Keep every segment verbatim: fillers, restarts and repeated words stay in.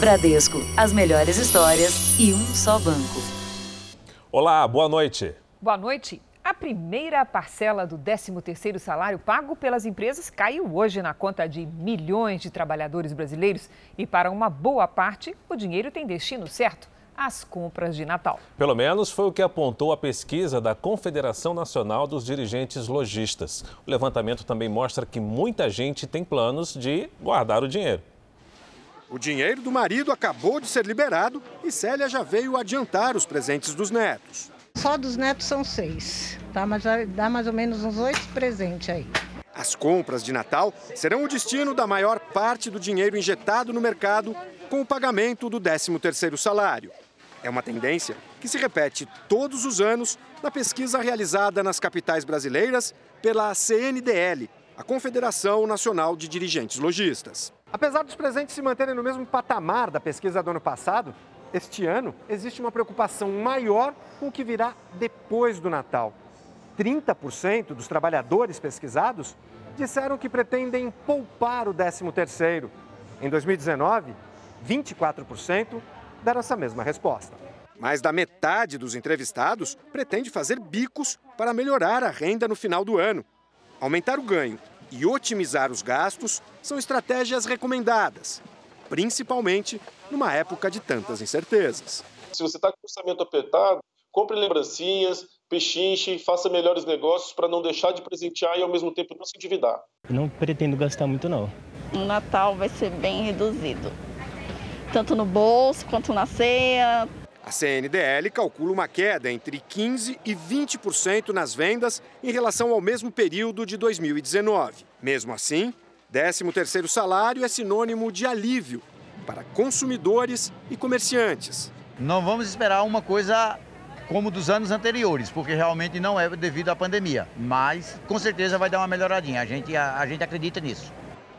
Bradesco, as melhores histórias e um só banco. Olá, boa noite. Boa noite. A primeira parcela do décimo terceiro salário pago pelas empresas caiu hoje na conta de milhões de trabalhadores brasileiros e para uma boa parte o dinheiro tem destino certo, as compras de Natal. Pelo menos foi o que apontou a pesquisa da Confederação Nacional dos Dirigentes Lojistas. O levantamento também mostra que muita gente tem planos de guardar o dinheiro. O dinheiro do marido acabou de ser liberado e Célia já veio adiantar os presentes dos netos. Só dos netos são seis, tá? Mas vai dar mais ou menos uns oito presentes aí. As compras de Natal serão o destino da maior parte do dinheiro injetado no mercado com o pagamento do décimo terceiro salário. É uma tendência que se repete todos os anos na pesquisa realizada nas capitais brasileiras pela C N D L, a Confederação Nacional de Dirigentes Lojistas. Apesar dos presentes se manterem no mesmo patamar da pesquisa do ano passado, este ano existe uma preocupação maior com o que virá depois do Natal. trinta por cento dos trabalhadores pesquisados disseram que pretendem poupar o décimo terceiro. Em dois mil e dezenove, vinte e quatro por cento deram essa mesma resposta. Mais da metade dos entrevistados pretende fazer bicos para melhorar a renda no final do ano. Aumentar o ganho e otimizar os gastos são estratégias recomendadas, principalmente numa época de tantas incertezas. Se você está com o orçamento apertado, compre lembrancinhas, pechinche, faça melhores negócios para não deixar de presentear e ao mesmo tempo não se endividar. Não pretendo gastar muito não. O Natal vai ser bem reduzido, tanto no bolso quanto na ceia. A C N D L calcula uma queda entre quinze por cento e vinte por cento nas vendas em relação ao mesmo período de dois mil e dezenove. Mesmo assim, décimo terceiro salário é sinônimo de alívio para consumidores e comerciantes. Não vamos esperar uma coisa como dos anos anteriores, porque realmente não é devido à pandemia. Mas, com certeza, vai dar uma melhoradinha. A gente, a, a gente acredita nisso.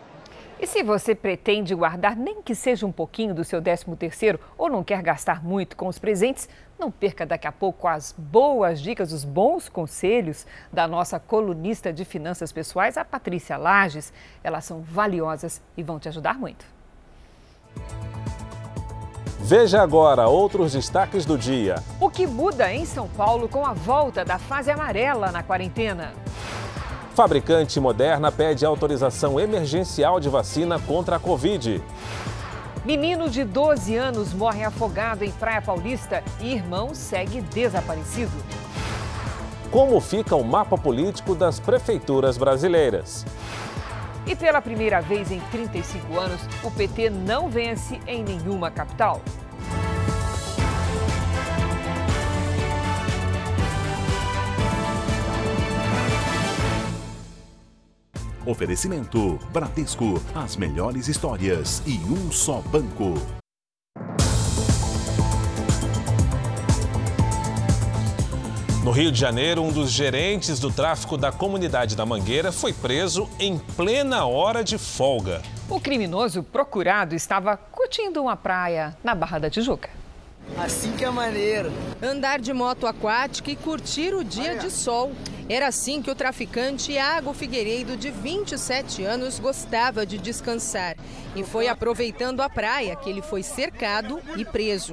E se você pretende guardar nem que seja um pouquinho do seu décimo terceiro ou não quer gastar muito com os presentes, não perca daqui a pouco as boas dicas, os bons conselhos da nossa colunista de finanças pessoais, a Patrícia Lages. Elas são valiosas e vão te ajudar muito. Veja agora outros destaques do dia. O que muda em São Paulo com a volta da fase amarela na quarentena? Fabricante Moderna pede autorização emergencial de vacina contra a Covid. Menino de doze anos morre afogado em Praia Paulista e irmão segue desaparecido. Como fica o mapa político das prefeituras brasileiras? E pela primeira vez em trinta e cinco anos, o P T não vence em nenhuma capital. Oferecimento Bradesco, as melhores histórias e um só banco. No Rio de Janeiro, um dos gerentes do tráfico da comunidade da Mangueira foi preso em plena hora de folga. O criminoso procurado estava curtindo uma praia na Barra da Tijuca. Assim que é maneiro. Andar de moto aquática e curtir o dia de sol. Era assim que o traficante Iago Figueiredo, de vinte e sete anos, gostava de descansar. E foi aproveitando a praia que ele foi cercado e preso.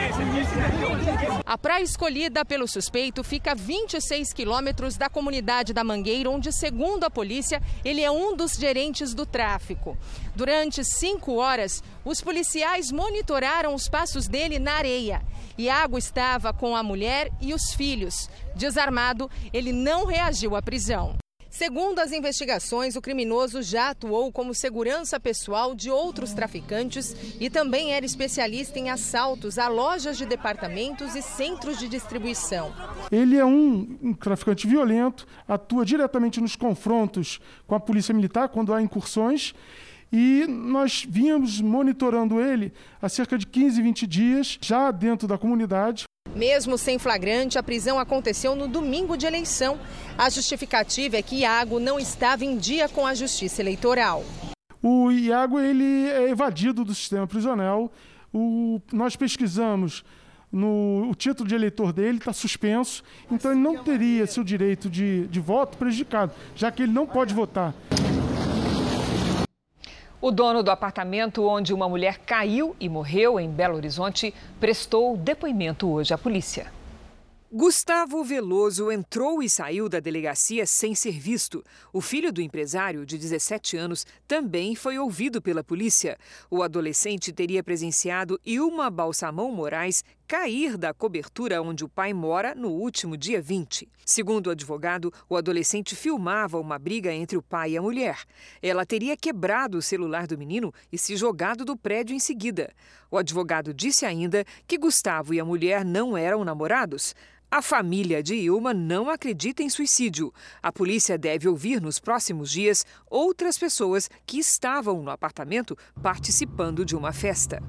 A praia escolhida pelo suspeito fica a vinte e seis quilômetros da comunidade da Mangueira, onde, segundo a polícia, ele é um dos gerentes do tráfico. Durante cinco horas, os policiais monitoraram os passos dele na areia. Iago estava com a mulher e os filhos. Desarmado, ele não reagiu à prisão. Segundo as investigações, o criminoso já atuou como segurança pessoal de outros traficantes e também era especialista em assaltos a lojas de departamentos e centros de distribuição. Ele é um, um traficante violento, atua diretamente nos confrontos com a polícia militar quando há incursões. E nós vínhamos monitorando ele há cerca de quinze, vinte dias, já dentro da comunidade. Mesmo sem flagrante, a prisão aconteceu no domingo de eleição. A justificativa é que Iago não estava em dia com a Justiça Eleitoral. O Iago ele é evadido do sistema prisional. O, nós pesquisamos, no, o título de eleitor dele está suspenso, então ele não teria seu direito de, de voto prejudicado, já que ele não pode votar. O dono do apartamento onde uma mulher caiu e morreu em Belo Horizonte prestou depoimento hoje à polícia. Gustavo Veloso entrou e saiu da delegacia sem ser visto. O filho do empresário, de dezessete anos, também foi ouvido pela polícia. O adolescente teria presenciado Ilma Balsamão Moraes cair da cobertura onde o pai mora no último dia vinte. Segundo o advogado, o adolescente filmava uma briga entre o pai e a mulher. Ela teria quebrado o celular do menino e se jogado do prédio em seguida. O advogado disse ainda que Gustavo e a mulher não eram namorados. A família de Ilma não acredita em suicídio. A polícia deve ouvir nos próximos dias outras pessoas que estavam no apartamento participando de uma festa.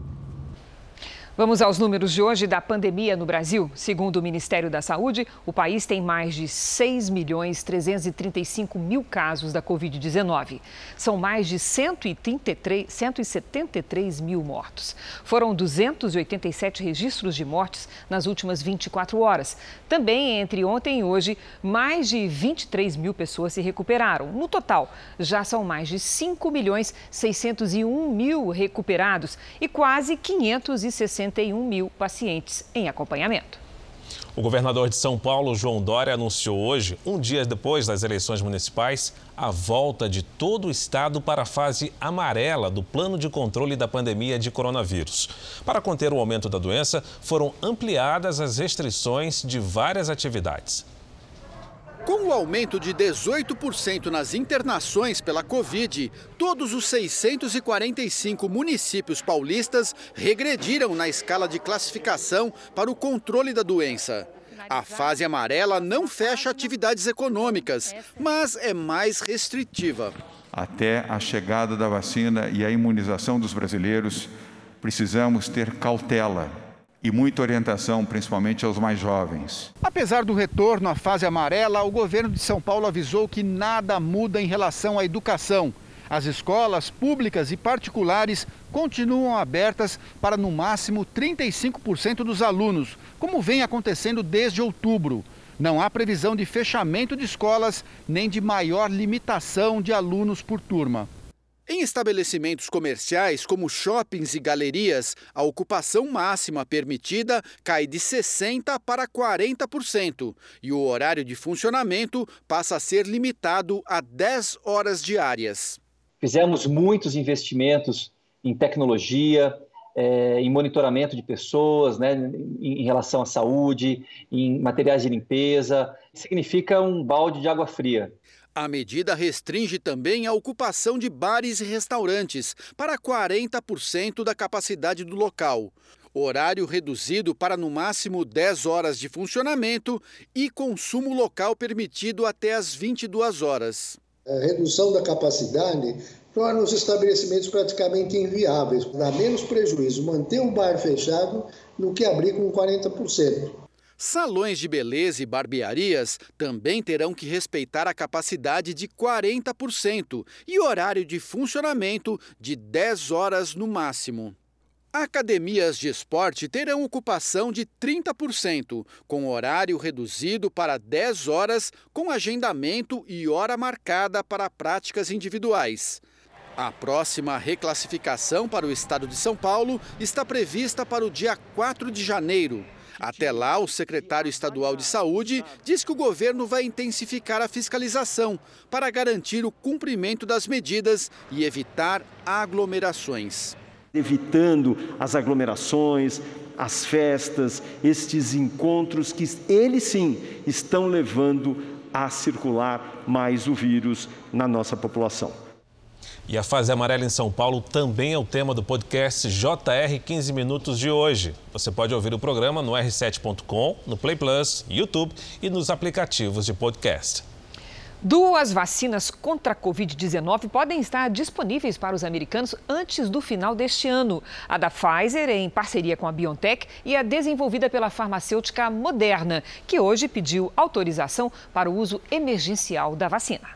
Vamos aos números de hoje da pandemia no Brasil. Segundo o Ministério da Saúde, o país tem mais de seis milhões trezentos e trinta e cinco mil casos da covid dezenove. São mais de cento e setenta e três mil mortos. Foram duzentos e oitenta e sete registros de mortes nas últimas vinte e quatro horas. Também, entre ontem e hoje, mais de vinte e três mil pessoas se recuperaram. No total, já são mais de cinco milhões seiscentos e um mil recuperados e quase quinhentos e sessenta e um mil pacientes em acompanhamento. O governador de São Paulo, João Dória, anunciou hoje, um dia depois das eleições municipais, a volta de todo o estado para a fase amarela do plano de controle da pandemia de coronavírus. Para conter o aumento da doença, foram ampliadas as restrições de várias atividades. Com o aumento de dezoito por cento nas internações pela Covid, todos os seiscentos e quarenta e cinco municípios paulistas regrediram na escala de classificação para o controle da doença. A fase amarela não fecha atividades econômicas, mas é mais restritiva. Até a chegada da vacina e a imunização dos brasileiros, precisamos ter cautela e muita orientação, principalmente aos mais jovens. Apesar do retorno à fase amarela, o governo de São Paulo avisou que nada muda em relação à educação. As escolas públicas e particulares continuam abertas para, no máximo, trinta e cinco por cento dos alunos, como vem acontecendo desde outubro. Não há previsão de fechamento de escolas, nem de maior limitação de alunos por turma. Em estabelecimentos comerciais, como shoppings e galerias, a ocupação máxima permitida cai de sessenta por cento para quarenta por cento e o horário de funcionamento passa a ser limitado a dez horas diárias. Fizemos muitos investimentos em tecnologia, é, em monitoramento de pessoas, né, em, em relação à saúde, em materiais de limpeza. Significa um balde de água fria. A medida restringe também a ocupação de bares e restaurantes para quarenta por cento da capacidade do local. Horário reduzido para no máximo dez horas de funcionamento e consumo local permitido até às vinte e duas horas. A redução da capacidade torna os estabelecimentos praticamente inviáveis. Dá menos prejuízo manter o bar fechado do que abrir com quarenta por cento. Salões de beleza e barbearias também terão que respeitar a capacidade de quarenta por cento e horário de funcionamento de dez horas no máximo. Academias de esporte terão ocupação de trinta por cento, com horário reduzido para dez horas, com agendamento e hora marcada para práticas individuais. A próxima reclassificação para o estado de São Paulo está prevista para o dia quatro de janeiro. Até lá, o secretário estadual de Saúde diz que o governo vai intensificar a fiscalização para garantir o cumprimento das medidas e evitar aglomerações. Evitando as aglomerações, as festas, estes encontros que eles sim estão levando a circular mais o vírus na nossa população. E a fase amarela em São Paulo também é o tema do podcast J R quinze Minutos de hoje. Você pode ouvir o programa no R sete ponto com, no Play Plus, YouTube e nos aplicativos de podcast. Duas vacinas contra a covid dezenove podem estar disponíveis para os americanos antes do final deste ano. A da Pfizer, em parceria com a BioNTech, e a desenvolvida pela farmacêutica Moderna, que hoje pediu autorização para o uso emergencial da vacina.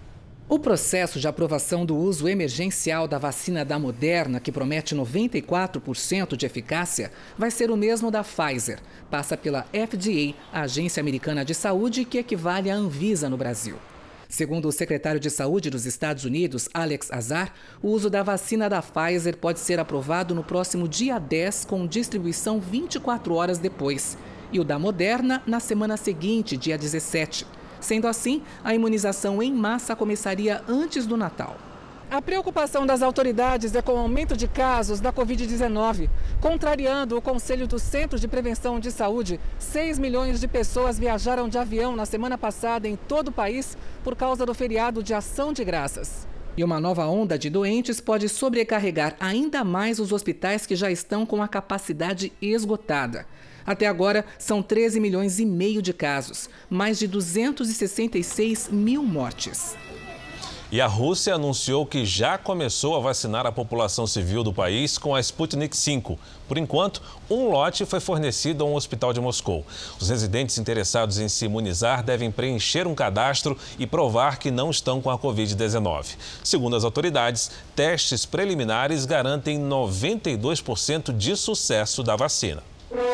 O processo de aprovação do uso emergencial da vacina da Moderna, que promete noventa e quatro por cento de eficácia, vai ser o mesmo da Pfizer. Passa pela F D A, a Agência Americana de Saúde, que equivale à Anvisa no Brasil. Segundo o secretário de Saúde dos Estados Unidos, Alex Azar, o uso da vacina da Pfizer pode ser aprovado no próximo dia dez, com distribuição vinte e quatro horas depois, e o da Moderna na semana seguinte, dia dezessete. Sendo assim, a imunização em massa começaria antes do Natal. A preocupação das autoridades é com o aumento de casos da covid dezenove. Contrariando o Conselho do Centro de Prevenção de Saúde, seis milhões de pessoas viajaram de avião na semana passada em todo o país por causa do feriado de Ação de Graças. E uma nova onda de doentes pode sobrecarregar ainda mais os hospitais que já estão com a capacidade esgotada. Até agora, são treze milhões e meio de casos, mais de duzentos e sessenta e seis mil mortes. E a Rússia anunciou que já começou a vacinar a população civil do país com a Sputnik cinco. Por enquanto, um lote foi fornecido a um hospital de Moscou. Os residentes interessados em se imunizar devem preencher um cadastro e provar que não estão com a covid dezenove. Segundo as autoridades, testes preliminares garantem noventa e dois por cento de sucesso da vacina.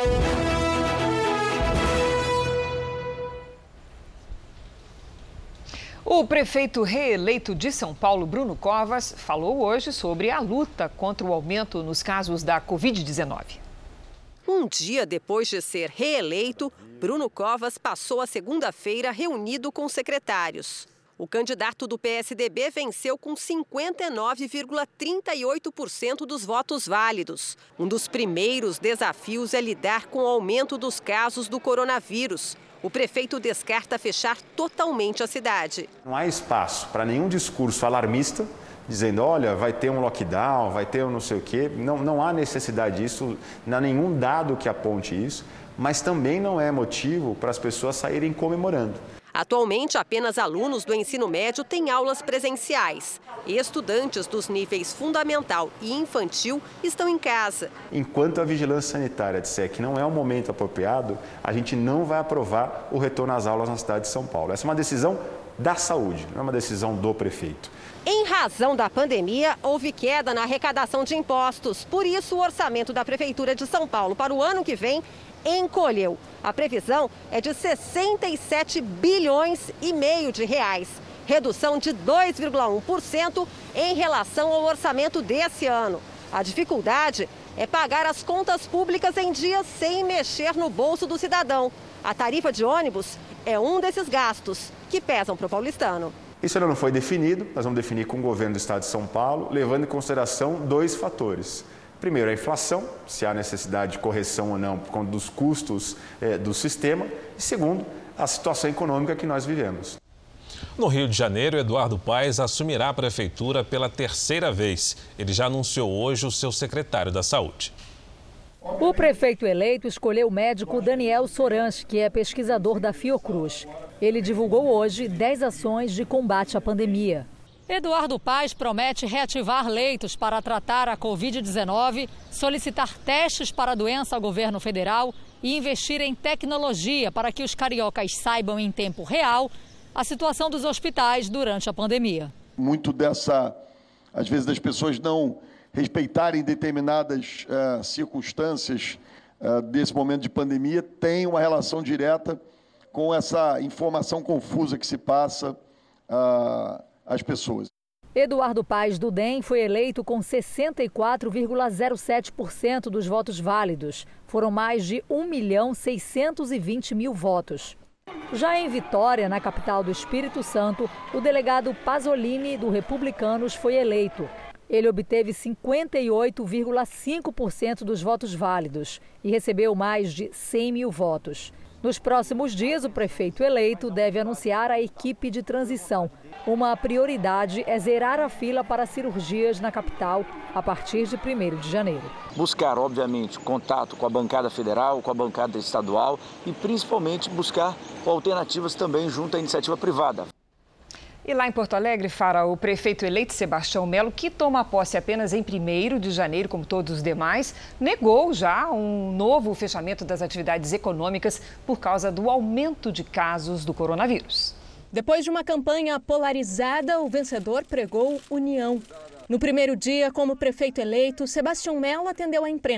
O prefeito reeleito de São Paulo, Bruno Covas, falou hoje sobre a luta contra o aumento nos casos da covid dezenove. Um dia depois de ser reeleito, Bruno Covas passou a segunda-feira reunido com secretários. O candidato do P S D B venceu com cinquenta e nove vírgula trinta e oito por cento dos votos válidos. Um dos primeiros desafios é lidar com o aumento dos casos do coronavírus. O prefeito descarta fechar totalmente a cidade. Não há espaço para nenhum discurso alarmista, dizendo, olha, vai ter um lockdown, vai ter um não sei o quê. Não, não há necessidade disso, não há nenhum dado que aponte isso, mas também não é motivo para as pessoas saírem comemorando. Atualmente, apenas alunos do ensino médio têm aulas presenciais. Estudantes dos níveis fundamental e infantil estão em casa. Enquanto a vigilância sanitária disser que não é o momento apropriado, a gente não vai aprovar o retorno às aulas na cidade de São Paulo. Essa é uma decisão da saúde, não é uma decisão do prefeito. Em razão da pandemia, houve queda na arrecadação de impostos. Por isso, o orçamento da Prefeitura de São Paulo para o ano que vem encolheu. A previsão é de sessenta e sete bilhões e meio de reais, redução de dois vírgula um por cento em relação ao orçamento desse ano. A dificuldade é pagar as contas públicas em dias sem mexer no bolso do cidadão. A tarifa de ônibus é um desses gastos que pesam para o paulistano. Isso ainda não foi definido, nós vamos definir com o governo do estado de São Paulo, levando em consideração dois fatores. Primeiro, a inflação, se há necessidade de correção ou não por conta dos custos eh, do sistema. E segundo, a situação econômica que nós vivemos. No Rio de Janeiro, Eduardo Paes assumirá a prefeitura pela terceira vez. Ele já anunciou hoje o seu secretário da Saúde. O prefeito eleito escolheu o médico Daniel Sorange, que é pesquisador da Fiocruz. Ele divulgou hoje dez ações de combate à pandemia. Eduardo Paes promete reativar leitos para tratar a covid dezenove, solicitar testes para a doença ao governo federal e investir em tecnologia para que os cariocas saibam em tempo real a situação dos hospitais durante a pandemia. Muito dessa, às vezes, das pessoas não respeitarem determinadas uh, circunstâncias uh, desse momento de pandemia tem uma relação direta com essa informação confusa que se passa uh, às pessoas. Eduardo Paes do D E M foi eleito com sessenta e quatro vírgula zero sete por cento dos votos válidos. Foram mais de um milhão seiscentos e vinte mil votos. Já em Vitória, na capital do Espírito Santo, o delegado Pasolini, do Republicanos, foi eleito. Ele obteve cinquenta e oito vírgula cinco por cento dos votos válidos e recebeu mais de cem mil votos. Nos próximos dias, o prefeito eleito deve anunciar a equipe de transição. Uma prioridade é zerar a fila para cirurgias na capital a partir de primeiro de janeiro. Buscar, obviamente, contato com a bancada federal, com a bancada estadual e, principalmente, buscar alternativas também junto à iniciativa privada. E lá em Porto Alegre, Fara, o prefeito eleito Sebastião Melo, que toma posse apenas em primeiro de janeiro, como todos os demais, negou já um novo fechamento das atividades econômicas por causa do aumento de casos do coronavírus. Depois de uma campanha polarizada, o vencedor pregou união. No primeiro dia, como prefeito eleito, Sebastião Melo atendeu à imprensa.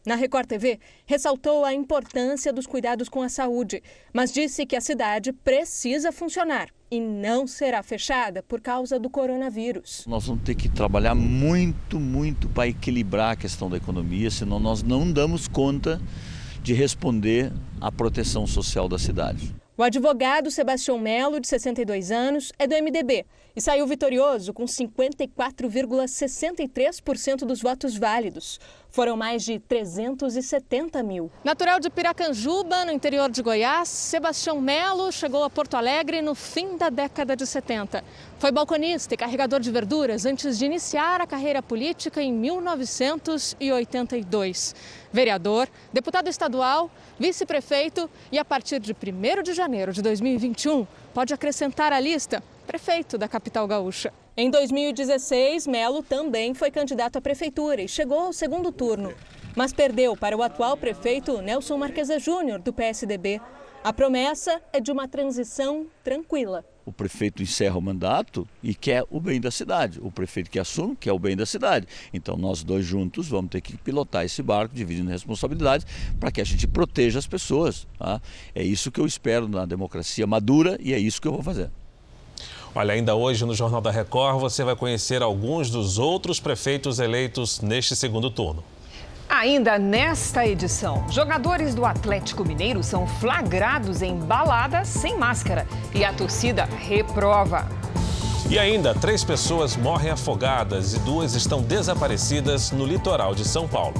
Na Record T V, ressaltou a importância dos cuidados com a saúde, mas disse que a cidade precisa funcionar e não será fechada por causa do coronavírus. Nós vamos ter que trabalhar muito, muito para equilibrar a questão da economia, senão nós não damos conta de responder à proteção social da cidade. O advogado Sebastião Melo, de sessenta e dois anos, é do M D B e saiu vitorioso com cinquenta e quatro vírgula sessenta e três por cento dos votos válidos. Foram mais de trezentos e setenta mil. Natural de Piracanjuba, no interior de Goiás, Sebastião Melo chegou a Porto Alegre no fim da década de setenta. Foi balconista e carregador de verduras antes de iniciar a carreira política em mil novecentos e oitenta e dois. Vereador, deputado estadual, vice-prefeito e, a partir de primeiro de janeiro de dois mil e vinte e um, pode acrescentar à lista prefeito da capital gaúcha. Em dois mil e dezesseis, Melo também foi candidato à prefeitura e chegou ao segundo turno, mas perdeu para o atual prefeito Nelson Marquesa Júnior, do P S D B. A promessa é de uma transição tranquila. O prefeito encerra o mandato e quer o bem da cidade. O prefeito que assume quer o bem da cidade. Então nós dois juntos vamos ter que pilotar esse barco, dividindo responsabilidades, para que a gente proteja as pessoas. Tá? É isso que eu espero na democracia madura e é isso que eu vou fazer. Olha, ainda hoje no Jornal da Record você vai conhecer alguns dos outros prefeitos eleitos neste segundo turno. Ainda nesta edição, jogadores do Atlético Mineiro são flagrados em balada sem máscara e a torcida reprova. E ainda, três pessoas morrem afogadas e duas estão desaparecidas no litoral de São Paulo.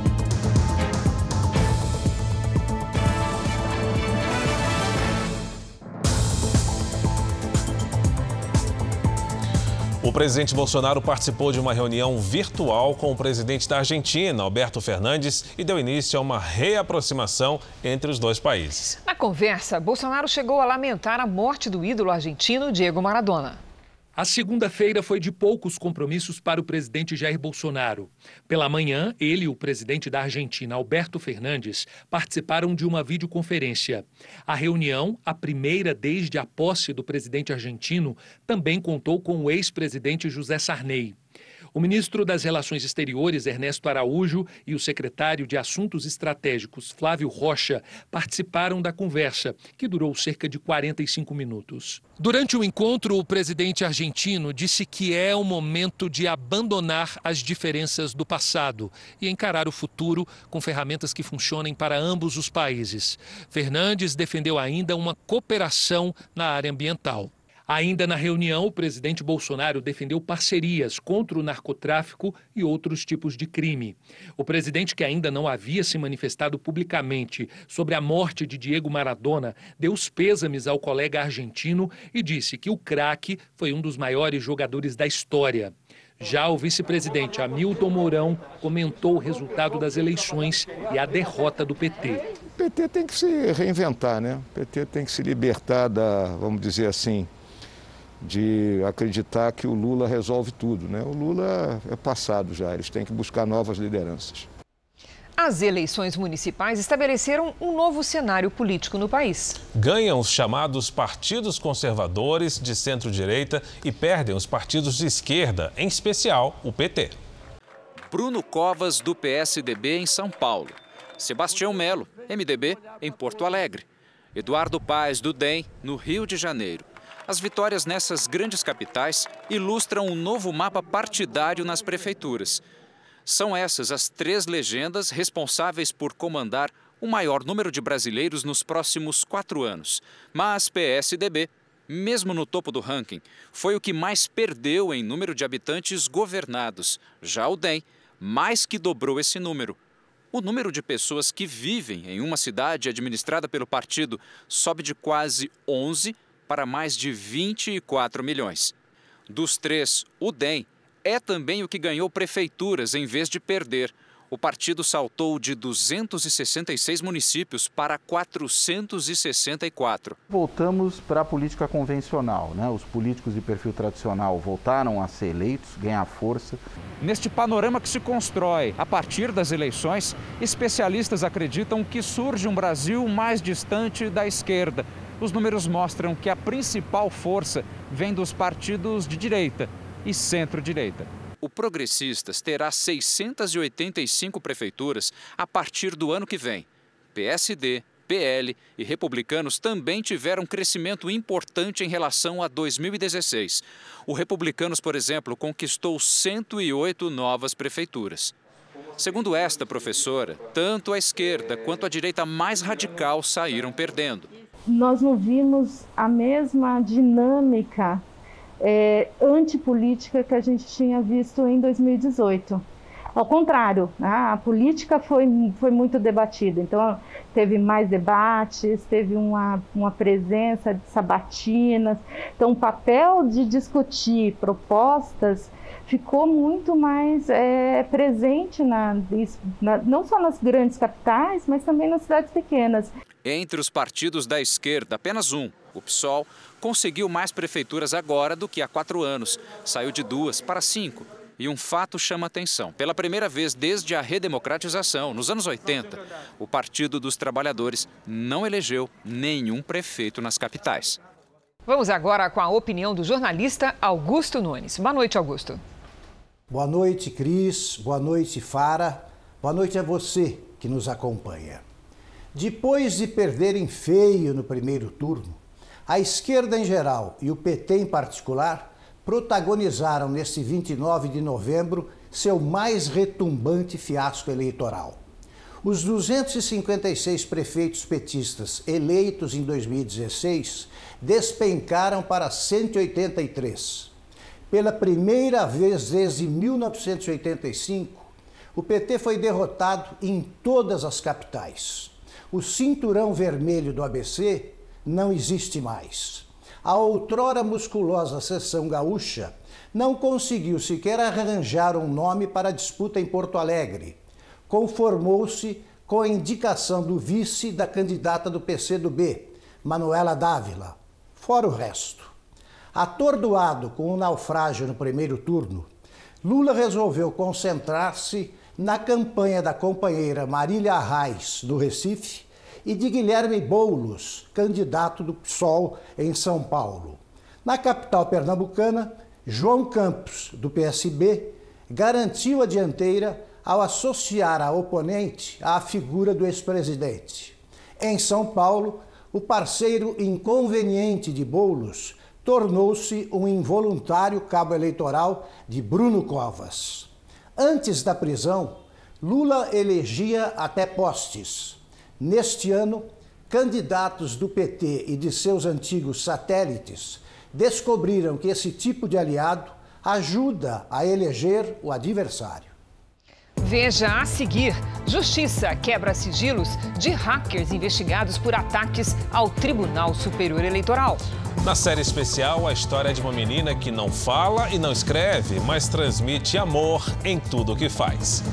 O presidente Bolsonaro participou de uma reunião virtual com o presidente da Argentina, Alberto Fernandes, e deu início a uma reaproximação entre os dois países. Na conversa, Bolsonaro chegou a lamentar a morte do ídolo argentino Diego Maradona. A segunda-feira foi de poucos compromissos para o presidente Jair Bolsonaro. Pela manhã, ele e o presidente da Argentina, Alberto Fernandes, participaram de uma videoconferência. A reunião, a primeira desde a posse do presidente argentino, também contou com o ex-presidente José Sarney. O ministro das Relações Exteriores, Ernesto Araújo, e o secretário de Assuntos Estratégicos, Flávio Rocha, participaram da conversa, que durou cerca de quarenta e cinco minutos. Durante o encontro, o presidente argentino disse que é o momento de abandonar as diferenças do passado e encarar o futuro com ferramentas que funcionem para ambos os países. Fernandes defendeu ainda uma cooperação na área ambiental. Ainda na reunião, o presidente Bolsonaro defendeu parcerias contra o narcotráfico e outros tipos de crime. O presidente, que ainda não havia se manifestado publicamente sobre a morte de Diego Maradona, deu os pêsames ao colega argentino e disse que o craque foi um dos maiores jogadores da história. Já o vice-presidente Hamilton Mourão comentou o resultado das eleições e a derrota do P T. O P T tem que se reinventar, né? O P T tem que se libertar da, vamos dizer assim, de acreditar que o Lula resolve tudo, né? O Lula é passado já, eles têm que buscar novas lideranças. As eleições municipais estabeleceram um novo cenário político no país. Ganham os chamados partidos conservadores de centro-direita e perdem os partidos de esquerda, em especial o P T. Bruno Covas, do P S D B, em São Paulo. Sebastião Melo, M D B, em Porto Alegre. Eduardo Paes, do D E M, no Rio de Janeiro. As vitórias nessas grandes capitais ilustram um novo mapa partidário nas prefeituras. São essas as três legendas responsáveis por comandar o maior número de brasileiros nos próximos quatro anos. Mas P S D B, mesmo no topo do ranking, foi o que mais perdeu em número de habitantes governados. Já o D E M mais que dobrou esse número. O número de pessoas que vivem em uma cidade administrada pelo partido sobe de quase onze para mais de vinte e quatro milhões. Dos três, o D E M é também o que ganhou prefeituras em vez de perder. O partido saltou de duzentos e sessenta e seis municípios para quatrocentos e sessenta e quatro. Voltamos para a política convencional, né? Os políticos de perfil tradicional voltaram a ser eleitos, ganhar força. Neste panorama que se constrói a partir das eleições, especialistas acreditam que surge um Brasil mais distante da esquerda. Os números mostram que a principal força vem dos partidos de direita e centro-direita. o Progressistas terá seiscentas e oitenta e cinco prefeituras a partir do ano que vem. P S D, P L e Republicanos também tiveram um crescimento importante em relação a dois mil e dezesseis. O Republicanos, por exemplo, conquistou cento e oito novas prefeituras. Segundo esta professora, tanto a esquerda quanto a direita mais radical saíram perdendo. Nós não vimos a mesma dinâmica é, antipolítica que a gente tinha visto em dois mil e dezoito. Ao contrário, a política foi, foi muito debatida, então teve mais debates, teve uma, uma presença de sabatinas, então o papel de discutir propostas ficou muito mais é, presente, na, na, não só nas grandes capitais, mas também nas cidades pequenas. Entre os partidos da esquerda, apenas um, o PSOL, conseguiu mais prefeituras agora do que há quatro anos. Saiu de duas para cinco. E um fato chama atenção. Pela primeira vez desde a redemocratização, nos anos oitenta, o Partido dos Trabalhadores não elegeu nenhum prefeito nas capitais. Vamos agora com a opinião do jornalista Augusto Nunes. Boa noite, Augusto. Boa noite, Cris. Boa noite, Fara. Boa noite a você que nos acompanha. Depois de perderem feio no primeiro turno, a esquerda em geral e o P T em particular protagonizaram neste vinte e nove de novembro seu mais retumbante fiasco eleitoral. Os duzentos e cinquenta e seis prefeitos petistas eleitos em dois mil e dezesseis despencaram para cento e oitenta e três. Pela primeira vez desde mil novecentos e oitenta e cinco, o P T foi derrotado em todas as capitais. O cinturão vermelho do A B C não existe mais. A outrora musculosa seção gaúcha não conseguiu sequer arranjar um nome para a disputa em Porto Alegre. Conformou-se com a indicação do vice da candidata do P C do B, Manuela Dávila. Fora o resto. Atordoado com o naufrágio no primeiro turno, Lula resolveu concentrar-se na campanha da companheira Marília Arraes, do Recife, e de Guilherme Boulos, candidato do PSOL em São Paulo. Na capital pernambucana, João Campos, do P S B, garantiu a dianteira ao associar a oponente à figura do ex-presidente. Em São Paulo, o parceiro inconveniente de Boulos tornou-se um involuntário cabo eleitoral de Bruno Covas. Antes da prisão, Lula elegia até postes. Neste ano, candidatos do P T e de seus antigos satélites descobriram que esse tipo de aliado ajuda a eleger o adversário. Veja a seguir: Justiça quebra sigilos de hackers investigados por ataques ao Tribunal Superior Eleitoral. Na série especial, a história de uma menina que não fala e não escreve, mas transmite amor em tudo o que faz.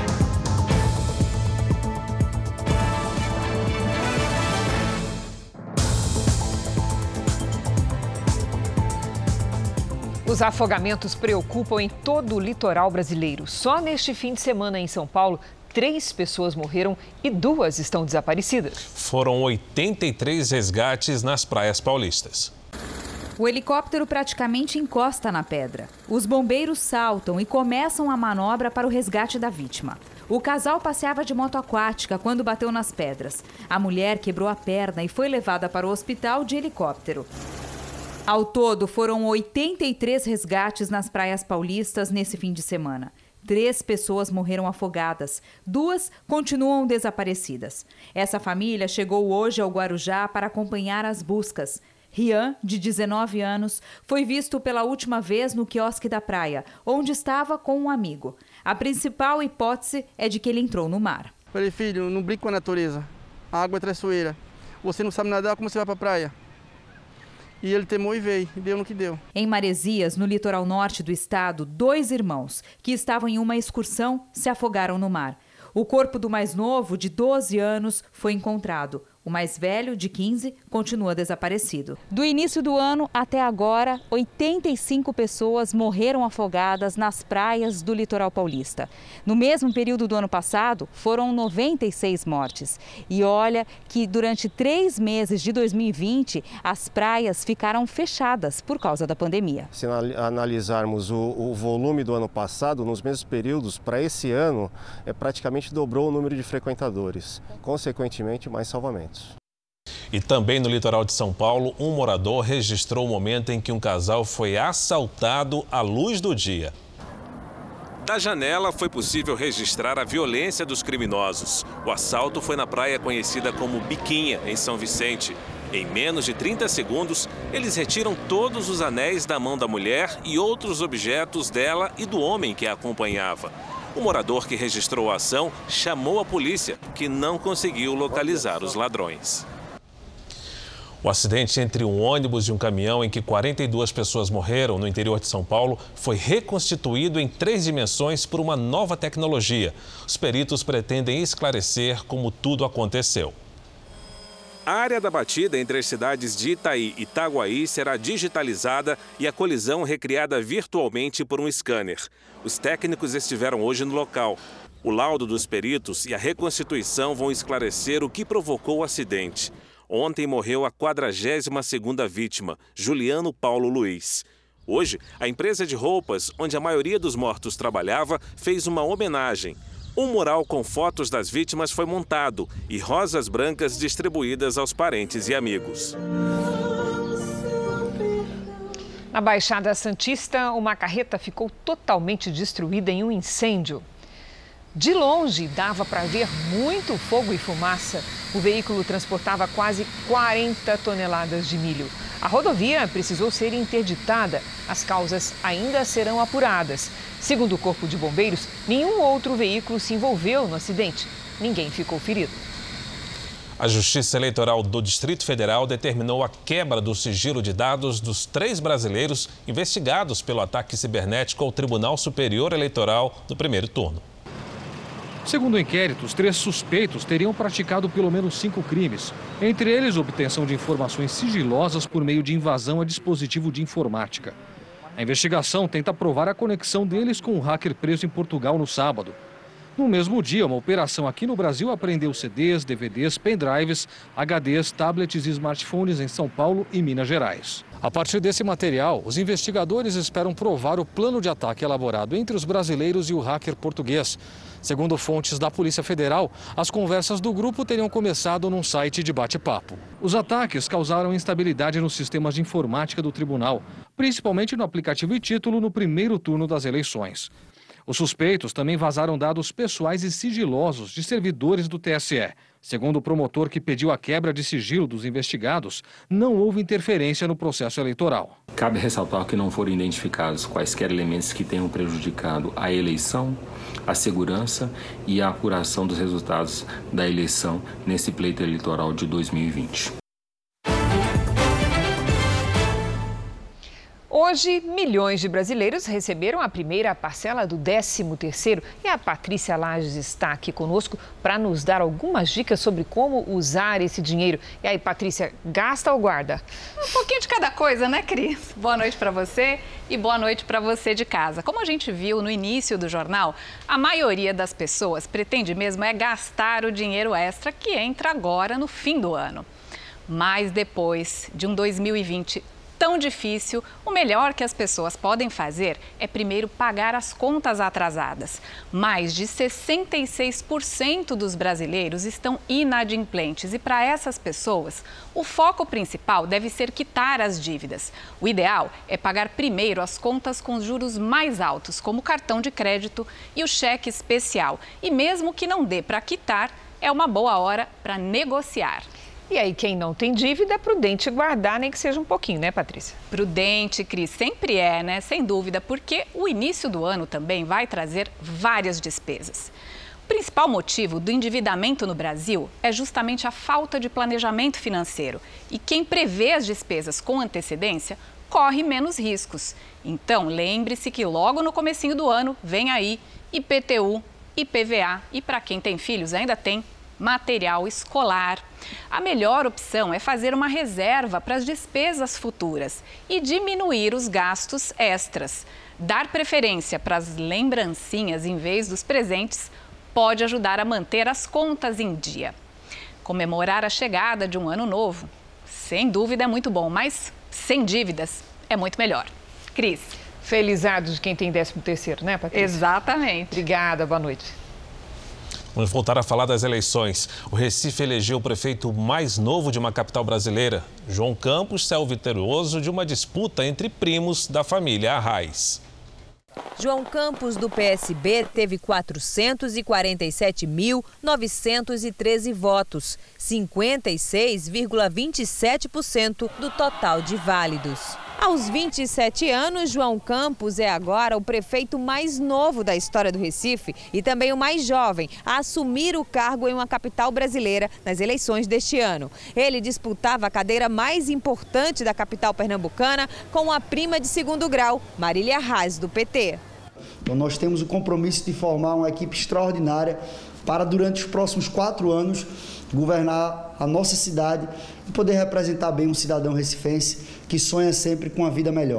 Os afogamentos preocupam em todo o litoral brasileiro. Só neste fim de semana em São Paulo, três pessoas morreram e duas estão desaparecidas. Foram oitenta e três resgates nas praias paulistas. O helicóptero praticamente encosta na pedra. Os bombeiros saltam e começam a manobra para o resgate da vítima. O casal passeava de moto aquática quando bateu nas pedras. A mulher quebrou a perna e foi levada para o hospital de helicóptero. Ao todo, foram oitenta e três resgates nas praias paulistas nesse fim de semana. Três pessoas morreram afogadas, duas continuam desaparecidas. Essa família chegou hoje ao Guarujá para acompanhar as buscas. Rian, de dezenove anos, foi visto pela última vez no quiosque da praia, onde estava com um amigo. A principal hipótese é de que ele entrou no mar. Falei, filho, não brinque com a natureza. A água é traiçoeira. Você não sabe nadar, como você vai para a praia? E ele temou e veio, e deu no que deu. Em Maresias, no litoral norte do estado, dois irmãos que estavam em uma excursão se afogaram no mar. O corpo do mais novo, de doze anos, foi encontrado. O mais velho, de quinze, continua desaparecido. Do início do ano até agora, oitenta e cinco pessoas morreram afogadas nas praias do litoral paulista. No mesmo período do ano passado, foram noventa e seis mortes. E olha que durante três meses de dois mil e vinte, as praias ficaram fechadas por causa da pandemia. Se analisarmos o, o volume do ano passado, nos mesmos períodos, para esse ano, é, praticamente dobrou o número de frequentadores. Consequentemente, mais salvamentos. E também no litoral de São Paulo, um morador registrou o momento em que um casal foi assaltado à luz do dia. Da janela foi possível registrar a violência dos criminosos. O assalto foi na praia conhecida como Biquinha, em São Vicente. Em menos de trinta segundos, eles retiram todos os anéis da mão da mulher e outros objetos dela e do homem que a acompanhava. O morador que registrou a ação chamou a polícia, que não conseguiu localizar os ladrões. O acidente entre um ônibus e um caminhão em que quarenta e duas pessoas morreram no interior de São Paulo foi reconstituído em três dimensões por uma nova tecnologia. Os peritos pretendem esclarecer como tudo aconteceu. A área da batida entre as cidades de Itaí e Itaguaí será digitalizada e a colisão recriada virtualmente por um scanner. Os técnicos estiveram hoje no local. O laudo dos peritos e a reconstituição vão esclarecer o que provocou o acidente. Ontem morreu a quadragésima segunda vítima, Juliano Paulo Luiz. Hoje, a empresa de roupas, onde a maioria dos mortos trabalhava, fez uma homenagem. Um mural com fotos das vítimas foi montado e rosas brancas distribuídas aos parentes e amigos. Na Baixada Santista, uma carreta ficou totalmente destruída em um incêndio. De longe, dava para ver muito fogo e fumaça. O veículo transportava quase quarenta toneladas de milho. A rodovia precisou ser interditada. As causas ainda serão apuradas. Segundo o Corpo de Bombeiros, nenhum outro veículo se envolveu no acidente. Ninguém ficou ferido. A Justiça Eleitoral do Distrito Federal determinou a quebra do sigilo de dados dos três brasileiros investigados pelo ataque cibernético ao Tribunal Superior Eleitoral no primeiro turno. Segundo o inquérito, os três suspeitos teriam praticado pelo menos cinco crimes. Entre eles, obtenção de informações sigilosas por meio de invasão a dispositivo de informática. A investigação tenta provar a conexão deles com um hacker preso em Portugal no sábado. No mesmo dia, uma operação aqui no Brasil apreendeu C Ds, D V Ds, pendrives, H Ds, tablets e smartphones em São Paulo e Minas Gerais. A partir desse material, os investigadores esperam provar o plano de ataque elaborado entre os brasileiros e o hacker português. Segundo fontes da Polícia Federal, as conversas do grupo teriam começado num site de bate-papo. Os ataques causaram instabilidade nos sistemas de informática do tribunal, principalmente no aplicativo e título no primeiro turno das eleições. Os suspeitos também vazaram dados pessoais e sigilosos de servidores do T S E. Segundo o promotor que pediu a quebra de sigilo dos investigados, não houve interferência no processo eleitoral. Cabe ressaltar que não foram identificados quaisquer elementos que tenham prejudicado a eleição, a segurança e a apuração dos resultados da eleição nesse pleito eleitoral de dois mil e vinte. Hoje, milhões de brasileiros receberam a primeira parcela do décimo terceiro e a Patrícia Lages está aqui conosco para nos dar algumas dicas sobre como usar esse dinheiro. E aí, Patrícia, gasta ou guarda? Um pouquinho de cada coisa, né, Cris? Boa noite para você e boa noite para você de casa. Como a gente viu no início do jornal, a maioria das pessoas pretende mesmo é gastar o dinheiro extra que entra agora no fim do ano. Mas depois de um dois mil e vinte tão difícil, o melhor que as pessoas podem fazer é primeiro pagar as contas atrasadas. Mais de sessenta e seis por cento dos brasileiros estão inadimplentes e para essas pessoas, o foco principal deve ser quitar as dívidas. O ideal é pagar primeiro as contas com juros mais altos, como o cartão de crédito e o cheque especial. E mesmo que não dê para quitar, é uma boa hora para negociar. E aí, quem não tem dívida, é prudente guardar, nem que seja um pouquinho, né, Patrícia? Prudente, Cris, sempre é, né? Sem dúvida, porque o início do ano também vai trazer várias despesas. O principal motivo do endividamento no Brasil é justamente a falta de planejamento financeiro. E quem prevê as despesas com antecedência corre menos riscos. Então, lembre-se que logo no comecinho do ano vem aí I P T U, I P V A e, para quem tem filhos, ainda tem material escolar. A melhor opção é fazer uma reserva para as despesas futuras e diminuir os gastos extras. Dar preferência para as lembrancinhas em vez dos presentes pode ajudar a manter as contas em dia. Comemorar a chegada de um ano novo, sem dúvida, é muito bom, mas sem dívidas é muito melhor. Cris. Felizardo de quem tem décimo terceiro, né, Patrícia? Exatamente. Obrigada, boa noite. Vamos voltar a falar das eleições. O Recife elegeu o prefeito mais novo de uma capital brasileira. João Campos saiu vitorioso de uma disputa entre primos da família Arraes. João Campos, do P S B, teve quatrocentos e quarenta e sete mil, novecentos e treze votos, cinquenta e seis vírgula vinte e sete por cento do total de válidos. Aos vinte e sete anos, João Campos é agora o prefeito mais novo da história do Recife e também o mais jovem a assumir o cargo em uma capital brasileira nas eleições deste ano. Ele disputava a cadeira mais importante da capital pernambucana com a prima de segundo grau, Marília Arraes, do P T. Então, nós temos o compromisso de formar uma equipe extraordinária para, durante os próximos quatro anos, governar a nossa cidade e poder representar bem um cidadão recifense que sonha sempre com uma vida melhor.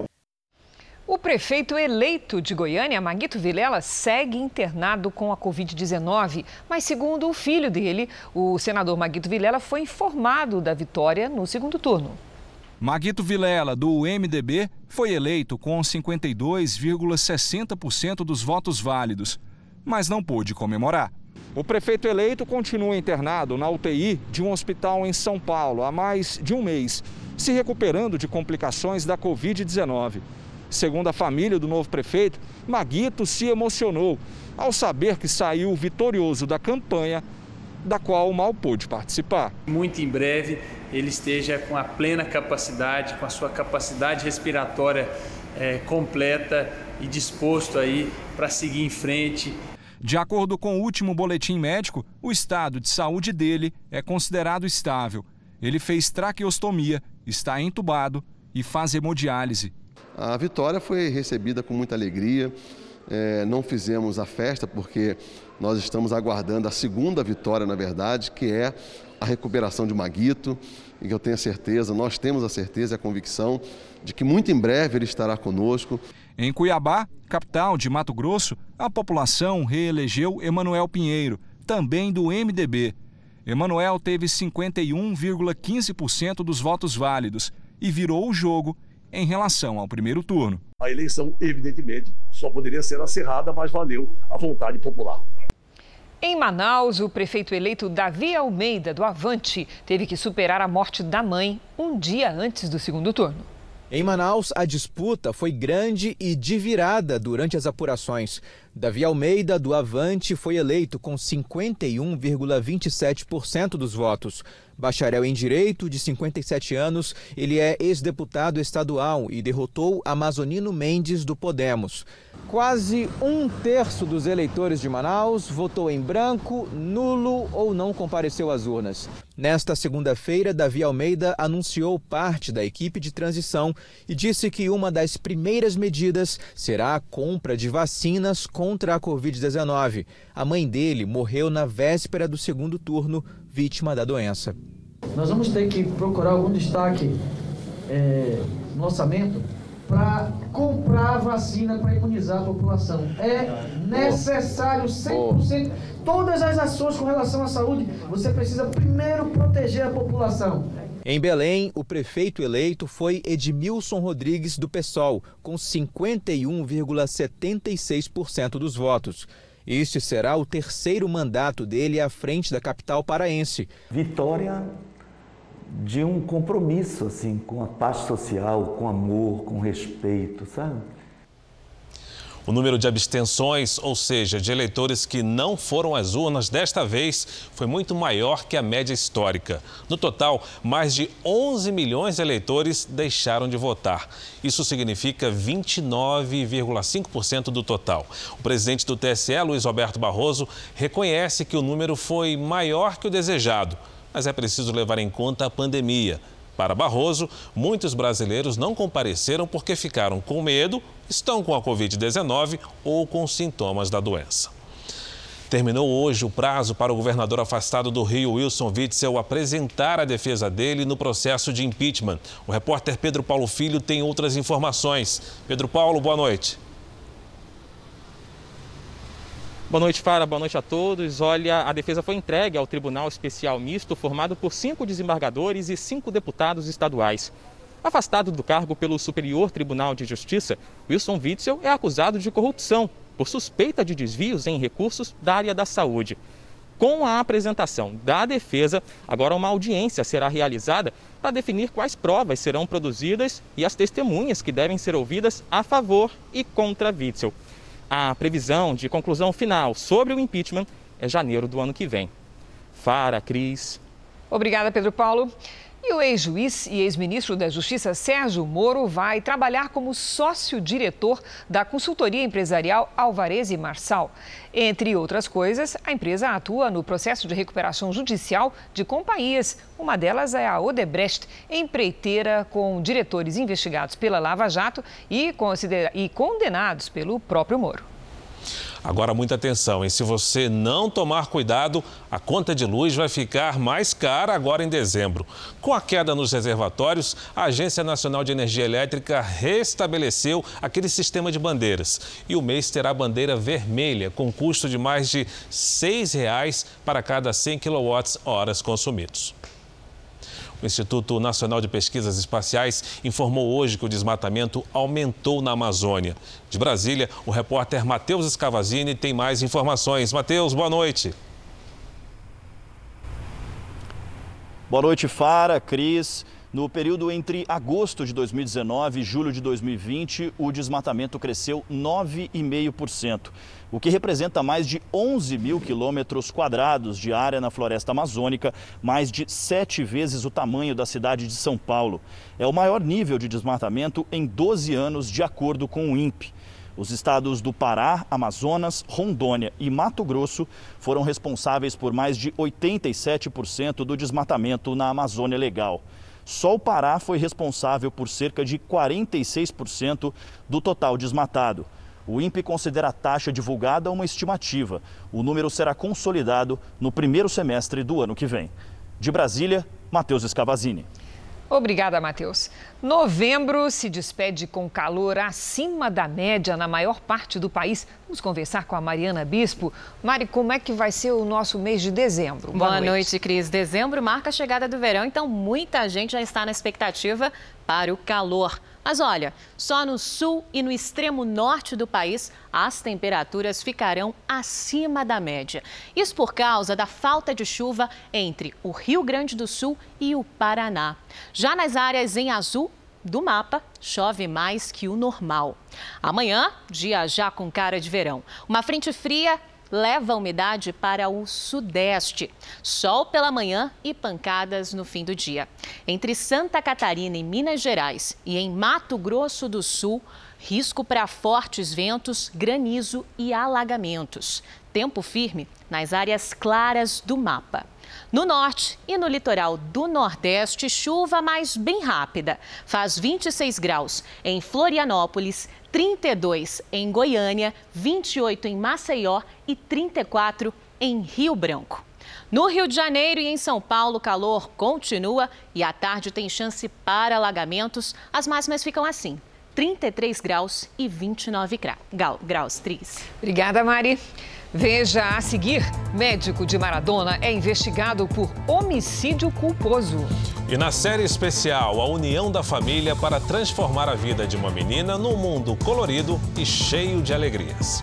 O prefeito eleito de Goiânia, Maguito Vilela, segue internado com a covid dezenove, mas segundo o filho dele, o senador Maguito Vilela foi informado da vitória no segundo turno. Maguito Vilela, do M D B, foi eleito com cinquenta e dois vírgula sessenta por cento dos votos válidos, mas não pôde comemorar. O prefeito eleito continua internado na U T I de um hospital em São Paulo há mais de um mês, se recuperando de complicações da covid dezenove. Segundo a família do novo prefeito, Maguito se emocionou ao saber que saiu vitorioso da campanha, da qual mal pôde participar. Muito em breve ele esteja com a plena capacidade, com a sua capacidade respiratória é, completa e disposto aí para seguir em frente. De acordo com o último boletim médico, o estado de saúde dele é considerado estável. Ele fez traqueostomia, está entubado e faz hemodiálise. A vitória foi recebida com muita alegria. É, não fizemos a festa porque nós estamos aguardando a segunda vitória, na verdade, que é a recuperação de Maguito, e que eu tenho a certeza, nós temos a certeza e a convicção de que muito em breve ele estará conosco. Em Cuiabá, capital de Mato Grosso, a população reelegeu Emanuel Pinheiro, também do M D B. Emanuel teve cinquenta e um vírgula quinze por cento dos votos válidos e virou o jogo em relação ao primeiro turno. A eleição, evidentemente, só poderia ser acirrada, mas valeu a vontade popular. Em Manaus, o prefeito eleito Davi Almeida, do Avante, teve que superar a morte da mãe um dia antes do segundo turno. Em Manaus, a disputa foi grande e de virada durante as apurações. Davi Almeida, do Avante, foi eleito com cinquenta e um vírgula vinte e sete por cento dos votos. Bacharel em Direito, de cinquenta e sete anos, ele é ex-deputado estadual e derrotou Amazonino Mendes, do Podemos. Quase um terço dos eleitores de Manaus votou em branco, nulo ou não compareceu às urnas. Nesta segunda-feira, Davi Almeida anunciou parte da equipe de transição e disse que uma das primeiras medidas será a compra de vacinas contra a covid dezenove. A mãe dele morreu na véspera do segundo turno, vítima da doença. Nós vamos ter que procurar algum destaque é, no orçamento para comprar vacina para imunizar a população. É necessário cem por cento. Todas as ações com relação à saúde, você precisa primeiro proteger a população. Em Belém, o prefeito eleito foi Edmilson Rodrigues, do PSOL, com cinquenta e um vírgula setenta e seis por cento dos votos. Este será o terceiro mandato dele à frente da capital paraense. Vitória de um compromisso assim, com a paz social, com amor, com respeito, sabe? O número de abstenções, ou seja, de eleitores que não foram às urnas desta vez, foi muito maior que a média histórica. No total, mais de onze milhões de eleitores deixaram de votar. Isso significa vinte e nove vírgula cinco por cento do total. O presidente do T S E, Luiz Roberto Barroso, reconhece que o número foi maior que o desejado, mas é preciso levar em conta a pandemia. Para Barroso, muitos brasileiros não compareceram porque ficaram com medo, estão com a covid dezenove ou com sintomas da doença. Terminou hoje o prazo para o governador afastado do Rio, Wilson Witzel, apresentar a defesa dele no processo de impeachment. O repórter Pedro Paulo Filho tem outras informações. Pedro Paulo, boa noite. Boa noite, Fara. Boa noite a todos. Olha, a defesa foi entregue ao Tribunal Especial Misto, formado por cinco desembargadores e cinco deputados estaduais. Afastado do cargo pelo Superior Tribunal de Justiça, Wilson Witzel é acusado de corrupção por suspeita de desvios em recursos da área da saúde. Com a apresentação da defesa, agora uma audiência será realizada para definir quais provas serão produzidas e as testemunhas que devem ser ouvidas a favor e contra Witzel. A previsão de conclusão final sobre o impeachment é janeiro do ano que vem. Fara, Cris. Obrigada, Pedro Paulo. E o ex-juiz e ex-ministro da Justiça, Sérgio Moro, vai trabalhar como sócio-diretor da consultoria empresarial Alvarez e Marçal. Entre outras coisas, a empresa atua no processo de recuperação judicial de companhias. Uma delas é a Odebrecht, empreiteira com diretores investigados pela Lava Jato e, considera- e condenados pelo próprio Moro. Agora, muita atenção, e se você não tomar cuidado, a conta de luz vai ficar mais cara agora em dezembro. Com a queda nos reservatórios, a Agência Nacional de Energia Elétrica restabeleceu aquele sistema de bandeiras. E o mês terá bandeira vermelha, com custo de mais de seis reais para cada cem quilowatt-horas consumidos. O Instituto Nacional de Pesquisas Espaciais informou hoje que o desmatamento aumentou na Amazônia. De Brasília, o repórter Matheus Escavazini tem mais informações. Matheus, boa noite. Boa noite, Fara, Cris. No período entre agosto de dois mil e dezenove e julho de dois mil e vinte, o desmatamento cresceu nove vírgula cinco por cento, o que representa mais de onze mil quilômetros quadrados de área na floresta amazônica, mais de sete vezes o tamanho da cidade de São Paulo. É o maior nível de desmatamento em doze anos, de acordo com o INPE. Os estados do Pará, Amazonas, Rondônia e Mato Grosso foram responsáveis por mais de oitenta e sete por cento do desmatamento na Amazônia Legal. Só o Pará foi responsável por cerca de quarenta e seis por cento do total desmatado. O INPE considera a taxa divulgada uma estimativa. O número será consolidado no primeiro semestre do ano que vem. De Brasília, Matheus Escavazini. Obrigada, Matheus. Novembro se despede com calor acima da média na maior parte do país. Vamos conversar com a Mariana Bispo. Mari, como é que vai ser o nosso mês de dezembro? Boa, Boa noite. noite, Cris. Dezembro marca a chegada do verão, então muita gente já está na expectativa para o calor. Mas olha, só no sul e no extremo norte do país, as temperaturas ficarão acima da média. Isso por causa da falta de chuva entre o Rio Grande do Sul e o Paraná. Já nas áreas em azul do mapa, chove mais que o normal. Amanhã, dia já com cara de verão. Uma frente fria leva a umidade para o sudeste. Sol pela manhã e pancadas no fim do dia. Entre Santa Catarina e Minas Gerais e em Mato Grosso do Sul, risco para fortes ventos, granizo e alagamentos. Tempo firme nas áreas claras do mapa. No norte e no litoral do Nordeste, chuva, mas bem rápida. Faz vinte e seis graus em Florianópolis, trinta e dois em Goiânia, vinte e oito em Maceió e trinta e quatro em Rio Branco. No Rio de Janeiro e em São Paulo, o calor continua e à tarde tem chance para alagamentos. As máximas ficam assim, trinta e três graus e vinte e nove graus. Tris. Obrigada, Mari. Veja a seguir, médico de Maradona é investigado por homicídio culposo. E na série especial, a união da família para transformar a vida de uma menina num mundo colorido e cheio de alegrias.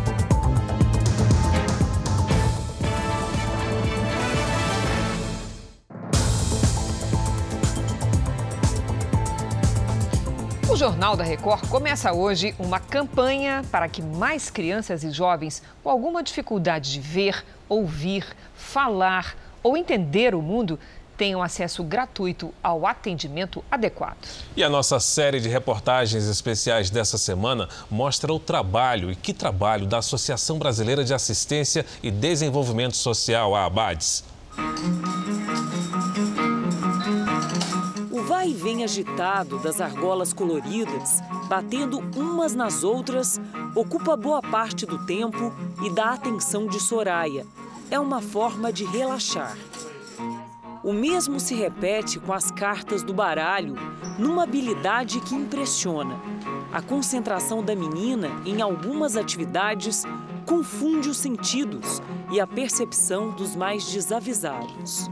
O Jornal da Record começa hoje uma campanha para que mais crianças e jovens com alguma dificuldade de ver, ouvir, falar ou entender o mundo tenham acesso gratuito ao atendimento adequado. E a nossa série de reportagens especiais dessa semana mostra o trabalho, e que trabalho, da Associação Brasileira de Assistência e Desenvolvimento Social, a ABADES. O vai e vaivém agitado das argolas coloridas, batendo umas nas outras, ocupa boa parte do tempo e da atenção de Soraya. É uma forma de relaxar. O mesmo se repete com as cartas do baralho, numa habilidade que impressiona. A concentração da menina em algumas atividades confunde os sentidos e a percepção dos mais desavisados.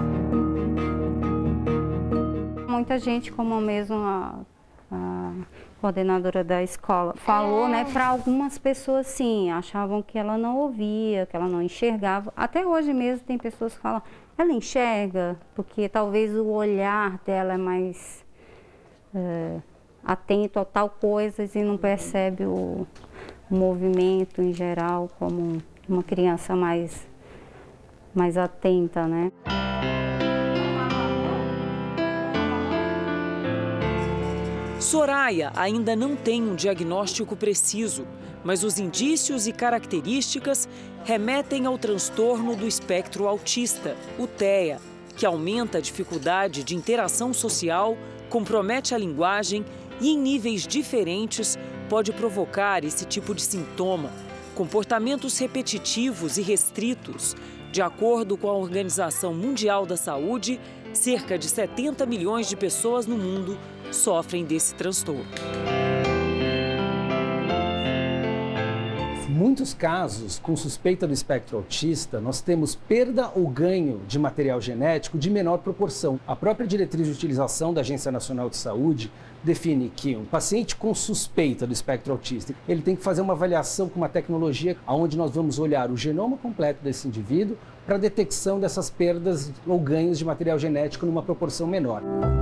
Muita gente, como mesmo a, a coordenadora da escola falou, né, para algumas pessoas sim, achavam que ela não ouvia, que ela não enxergava. Até hoje mesmo tem pessoas que falam, ela enxerga, porque talvez o olhar dela é mais é, atento a tal coisa e não percebe o, o movimento em geral, como uma criança mais, mais atenta, né? Soraya ainda não tem um diagnóstico preciso, mas os indícios e características remetem ao transtorno do espectro autista, o T E A, que aumenta a dificuldade de interação social, compromete a linguagem e, em níveis diferentes, pode provocar esse tipo de sintoma, comportamentos repetitivos e restritos. De acordo com a Organização Mundial da Saúde, cerca de setenta milhões de pessoas no mundo sofrem desse transtorno. Em muitos casos, com suspeita do espectro autista, nós temos perda ou ganho de material genético de menor proporção. A própria diretriz de utilização da Agência Nacional de Saúde define que um paciente com suspeita do espectro autista, ele tem que fazer uma avaliação com uma tecnologia onde nós vamos olhar o genoma completo desse indivíduo para a detecção dessas perdas ou ganhos de material genético numa proporção menor.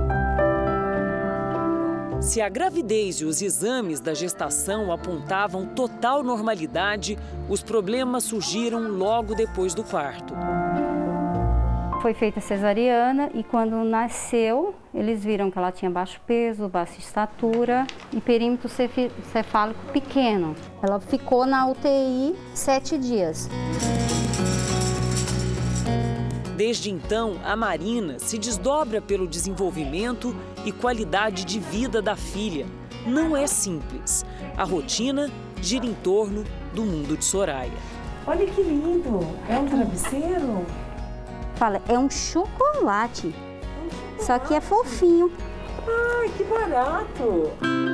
Se a gravidez e os exames da gestação apontavam total normalidade, os problemas surgiram logo depois do parto. Foi feita cesariana e quando nasceu, eles viram que ela tinha baixo peso, baixa estatura e perímetro cefálico pequeno. Ela ficou na U T I sete dias. Desde então, a Marina se desdobra pelo desenvolvimento e qualidade de vida da filha. Não é simples. A rotina gira em torno do mundo de Soraya. Olha que lindo! É um travesseiro? Fala, é um chocolate. Um chocolate. Só que é fofinho. Ai, que barato!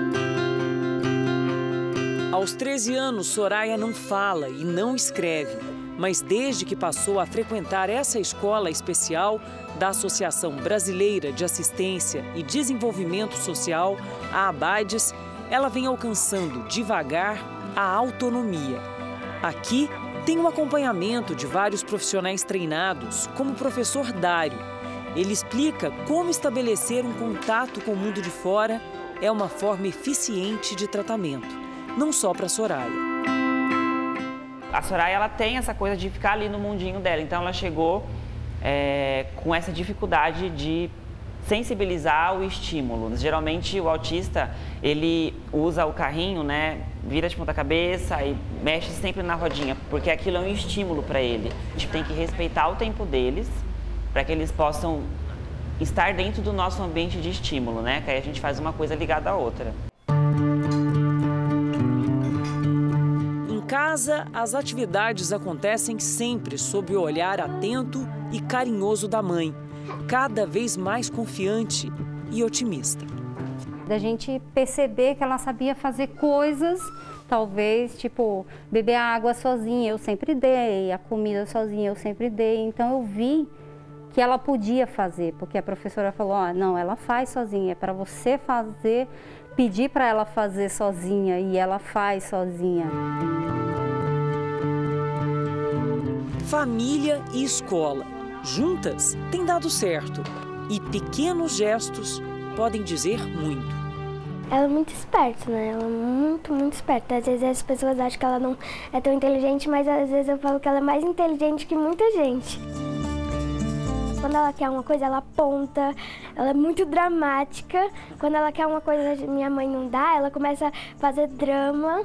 Aos treze anos, Soraya não fala e não escreve. Mas desde que passou a frequentar essa escola especial da Associação Brasileira de Assistência e Desenvolvimento Social, a ABADES, ela vem alcançando devagar a autonomia. Aqui tem o acompanhamento de vários profissionais treinados, como o professor Dário. Ele explica como estabelecer um contato com o mundo de fora é uma forma eficiente de tratamento, não só para Soraya. A Soraya, ela tem essa coisa de ficar ali no mundinho dela, então ela chegou é, com essa dificuldade de sensibilizar o estímulo. Geralmente o autista, ele usa o carrinho, né, vira de ponta cabeça e mexe sempre na rodinha, porque aquilo é um estímulo para ele. A gente tem que respeitar o tempo deles, para que eles possam estar dentro do nosso ambiente de estímulo, né, que aí a gente faz uma coisa ligada à outra. Em casa, as atividades acontecem sempre sob o olhar atento e carinhoso da mãe, cada vez mais confiante e otimista. Da gente perceber que ela sabia fazer coisas, talvez, tipo, beber a água sozinha, eu sempre dei, a comida sozinha, eu sempre dei. Então eu vi que ela podia fazer, porque a professora falou, ó, não, ela faz sozinha, é para você fazer, pedir para ela fazer sozinha, e ela faz sozinha. Família e escola, juntas, tem dado certo. E pequenos gestos podem dizer muito. Ela é muito esperta, né? Ela é muito, muito esperta. Às vezes as pessoas acham que ela não é tão inteligente, mas às vezes eu falo que ela é mais inteligente que muita gente. Quando ela quer uma coisa, ela aponta, ela é muito dramática. Quando ela quer uma coisa que minha mãe não dá, ela começa a fazer drama.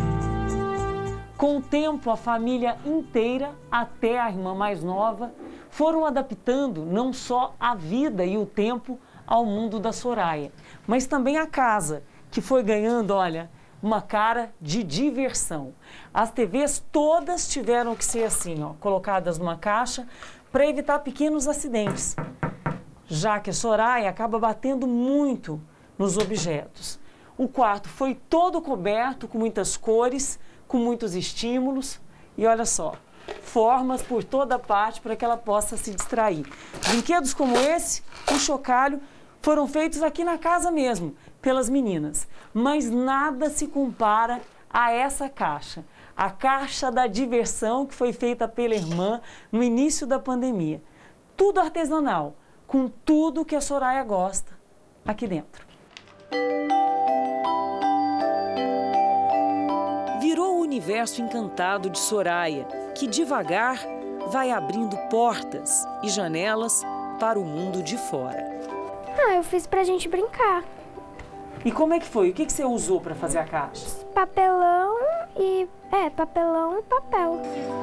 Com o tempo, a família inteira, até a irmã mais nova, foram adaptando não só a vida e o tempo ao mundo da Soraya, mas também a casa, que foi ganhando, olha, uma cara de diversão. As T Vs todas tiveram que ser assim, ó, colocadas numa caixa para evitar pequenos acidentes, já que a Soraya acaba batendo muito nos objetos. O quarto foi todo coberto com muitas cores, com muitos estímulos e olha só, formas por toda parte para que ela possa se distrair. Brinquedos como esse, o chocalho, foram feitos aqui na casa mesmo, pelas meninas, mas nada se compara a essa caixa, a caixa da diversão que foi feita pela irmã no início da pandemia. Tudo artesanal, com tudo que a Soraya gosta aqui dentro. Virou o universo encantado de Soraya, que devagar vai abrindo portas e janelas para o mundo de fora. Ah, eu fiz pra gente brincar. E como é que foi? O que que você usou para fazer a caixa? Papelão e... é, papelão e papel.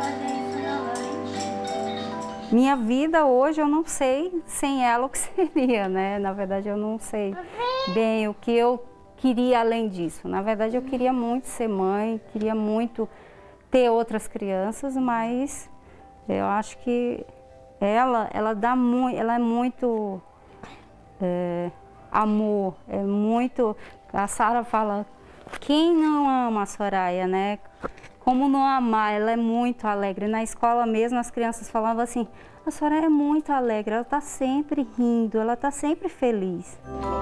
Minha vida hoje eu não sei sem ela o que seria, né? Na verdade eu não sei bem o que eu queria além disso. Na verdade eu queria muito ser mãe, queria muito ter outras crianças, mas eu acho que ela, ela dá muito, ela é muito é, amor, é muito. A Sara fala, quem não ama a Soraya, né? Como não amar? Ela é muito alegre. Na escola mesmo as crianças falavam assim, a Soraya é muito alegre, ela está sempre rindo, ela está sempre feliz.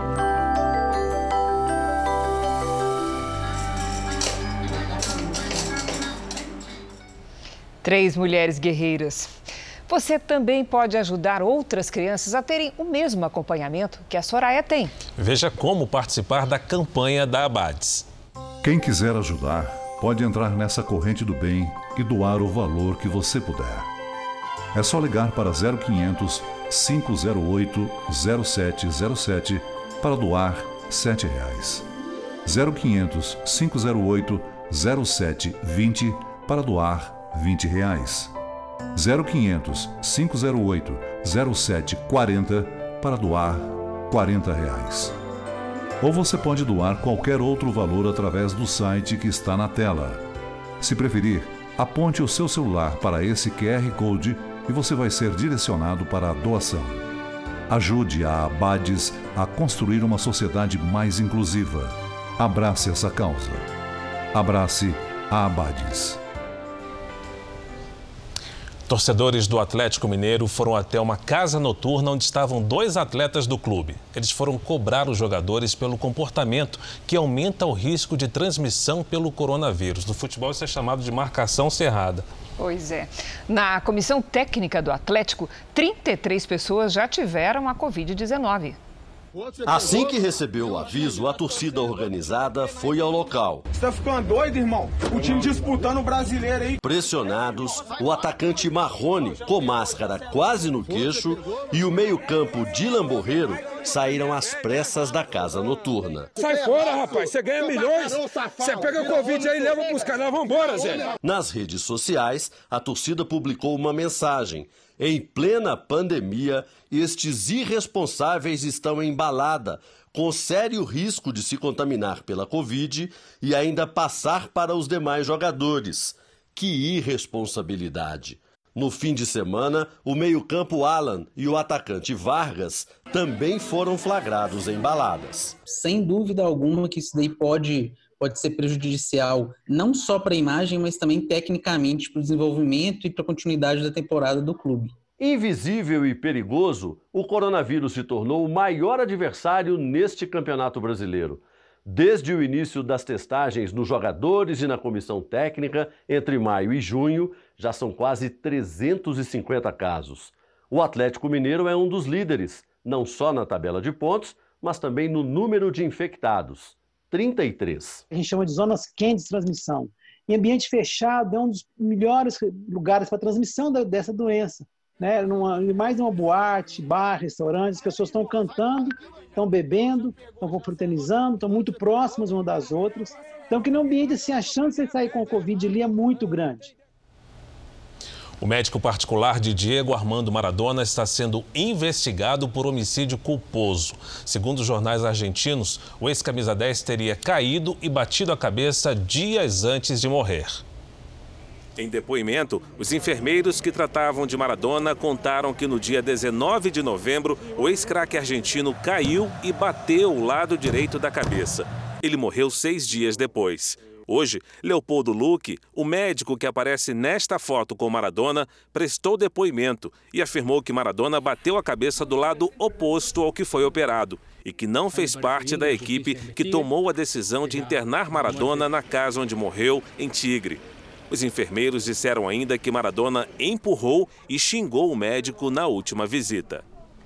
Três mulheres guerreiras. Você também pode ajudar outras crianças a terem o mesmo acompanhamento que a Soraya tem. Veja como participar da campanha da Abades. Quem quiser ajudar, pode entrar nessa corrente do bem e doar o valor que você puder. É só ligar para zero quinhentos, cinco zero oito, zero sete zero sete para doar sete reais. zero quinhentos, cinco zero oito, zero sete vinte para doar vinte reais. zero quinhentos, cinco zero oito, zero sete quarenta para doar quarenta reais. Ou você pode doar qualquer outro valor através do site que está na tela. Se preferir, aponte o seu celular para esse Q R Code e você vai ser direcionado para a doação. Ajude a Abades a construir uma sociedade mais inclusiva. Abrace essa causa. Abrace a Abades. Torcedores do Atlético Mineiro foram até uma casa noturna onde estavam dois atletas do clube. Eles foram cobrar os jogadores pelo comportamento que aumenta o risco de transmissão pelo coronavírus. No futebol isso é chamado de marcação cerrada. Pois é. Na comissão técnica do Atlético, trinta e três pessoas já tiveram a covid dezenove. Assim que recebeu o aviso, a torcida organizada foi ao local. Você tá ficando doido, irmão? O time disputando o brasileiro aí. Pressionados, o atacante Marrone, com máscara quase no queixo, e o meio-campo Dylan Borreiro saíram às pressas da casa noturna. Sai fora, rapaz. Você ganha milhões. Você pega o Covid aí e leva pros canais. Vambora, Zé. Nas redes sociais, a torcida publicou uma mensagem. Em plena pandemia, estes irresponsáveis estão em balada, com sério risco de se contaminar pela Covid e ainda passar para os demais jogadores. Que irresponsabilidade! No fim de semana, o meio-campo Alan e o atacante Vargas também foram flagrados em baladas. Sem dúvida alguma que isso daí pode... pode ser prejudicial não só para a imagem, mas também tecnicamente para o desenvolvimento e para a continuidade da temporada do clube. Invisível e perigoso, o coronavírus se tornou o maior adversário neste campeonato brasileiro. Desde o início das testagens nos jogadores e na comissão técnica, entre maio e junho, já são quase trezentos e cinquenta casos. O Atlético Mineiro é um dos líderes, não só na tabela de pontos, mas também no número de infectados. trinta e três. A gente chama de zonas quentes de transmissão. E ambiente fechado é um dos melhores lugares para transmissão dessa doença. Né? Numa, mais numa boate, bar, restaurante, as pessoas estão cantando, estão bebendo, estão confraternizando, estão muito próximas umas das outras. Então, que no ambiente, assim, a chance de você sair com o Covid ali é muito grande. O médico particular de Diego Armando Maradona está sendo investigado por homicídio culposo. Segundo os jornais argentinos, o ex-camisa dez teria caído e batido a cabeça dias antes de morrer. Em depoimento, os enfermeiros que tratavam de Maradona contaram que no dia dezenove de novembro, o ex-craque argentino caiu e bateu o lado direito da cabeça. Ele morreu seis dias depois. Hoje, Leopoldo Luque, o médico que aparece nesta foto com Maradona, prestou depoimento e afirmou que Maradona bateu a cabeça do lado oposto ao que foi operado e que não fez parte da equipe que tomou a decisão de internar Maradona na casa onde morreu, em Tigre. Os enfermeiros disseram ainda que Maradona empurrou e xingou o médico na última visita.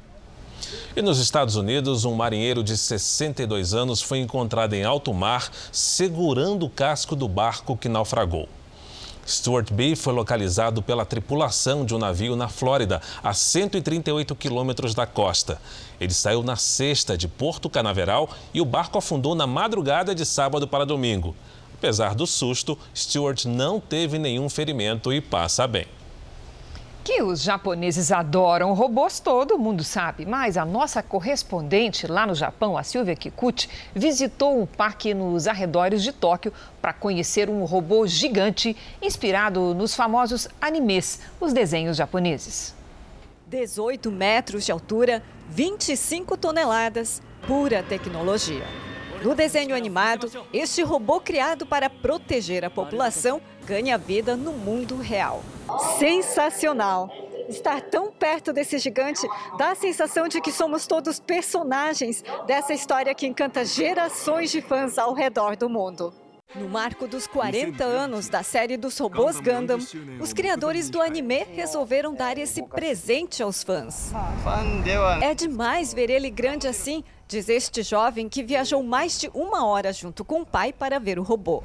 E nos Estados Unidos, um marinheiro de sessenta e dois anos foi encontrado em alto mar segurando o casco do barco que naufragou. Stuart B. foi localizado pela tripulação de um navio na Flórida, a cento e trinta e oito quilômetros da costa. Ele saiu na sexta de Porto Canaveral e o barco afundou na madrugada de sábado para domingo. Apesar do susto, Stuart não teve nenhum ferimento e passa bem. Que os japoneses adoram robôs, todo mundo sabe, mas a nossa correspondente lá no Japão, a Silvia Kikuchi, visitou um parque nos arredores de Tóquio para conhecer um robô gigante inspirado nos famosos animes, os desenhos japoneses. dezoito metros de altura, vinte e cinco toneladas, pura tecnologia. No desenho animado, este robô criado para proteger a população ganha vida no mundo real. Sensacional! Estar tão perto desse gigante dá a sensação de que somos todos personagens dessa história que encanta gerações de fãs ao redor do mundo. No marco dos quarenta anos da série dos robôs Gundam, os criadores do anime resolveram dar esse presente aos fãs. É demais ver ele grande assim, diz este jovem que viajou mais de uma hora junto com o pai para ver o robô.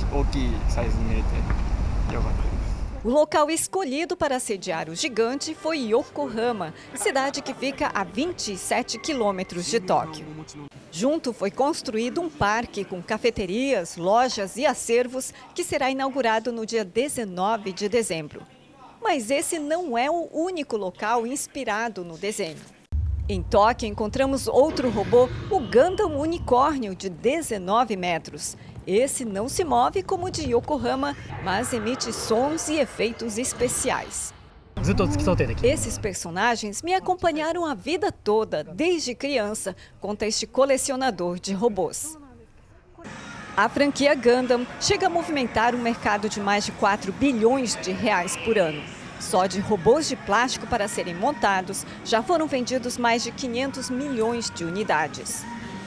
O local escolhido para sediar o gigante foi Yokohama, cidade que fica a vinte e sete quilômetros de Tóquio. Junto foi construído um parque com cafeterias, lojas e acervos que será inaugurado no dia dezenove de dezembro. Mas esse não é o único local inspirado no desenho. Em Tóquio encontramos outro robô, o Gundam Unicórnio, de dezenove metros. Esse não se move como o de Yokohama, mas emite sons e efeitos especiais. Esses personagens me acompanharam a vida toda, desde criança, conta este colecionador de robôs. A franquia Gundam chega a movimentar um mercado de mais de quatro bilhões de reais por ano. Só de robôs de plástico para serem montados, já foram vendidos mais de quinhentos milhões de unidades.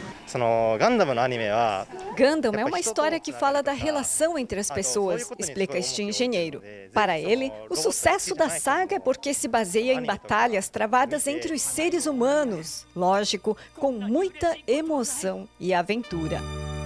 Gundam é uma história que fala da relação entre as pessoas, explica este engenheiro. Para ele, o sucesso da saga é porque se baseia em batalhas travadas entre os seres humanos, lógico, com muita emoção e aventura.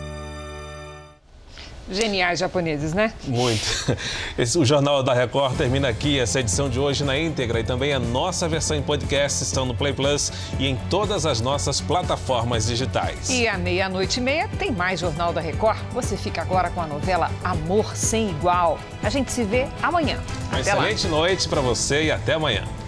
Geniais japoneses, né? Muito. Esse, o Jornal da Record termina aqui. Essa edição de hoje na íntegra e também a nossa versão em podcast estão no Play Plus e em todas as nossas plataformas digitais. E à meia-noite e meia tem mais Jornal da Record. Você fica agora com a novela Amor Sem Igual. A gente se vê amanhã. Uma excelente noite para você e até amanhã.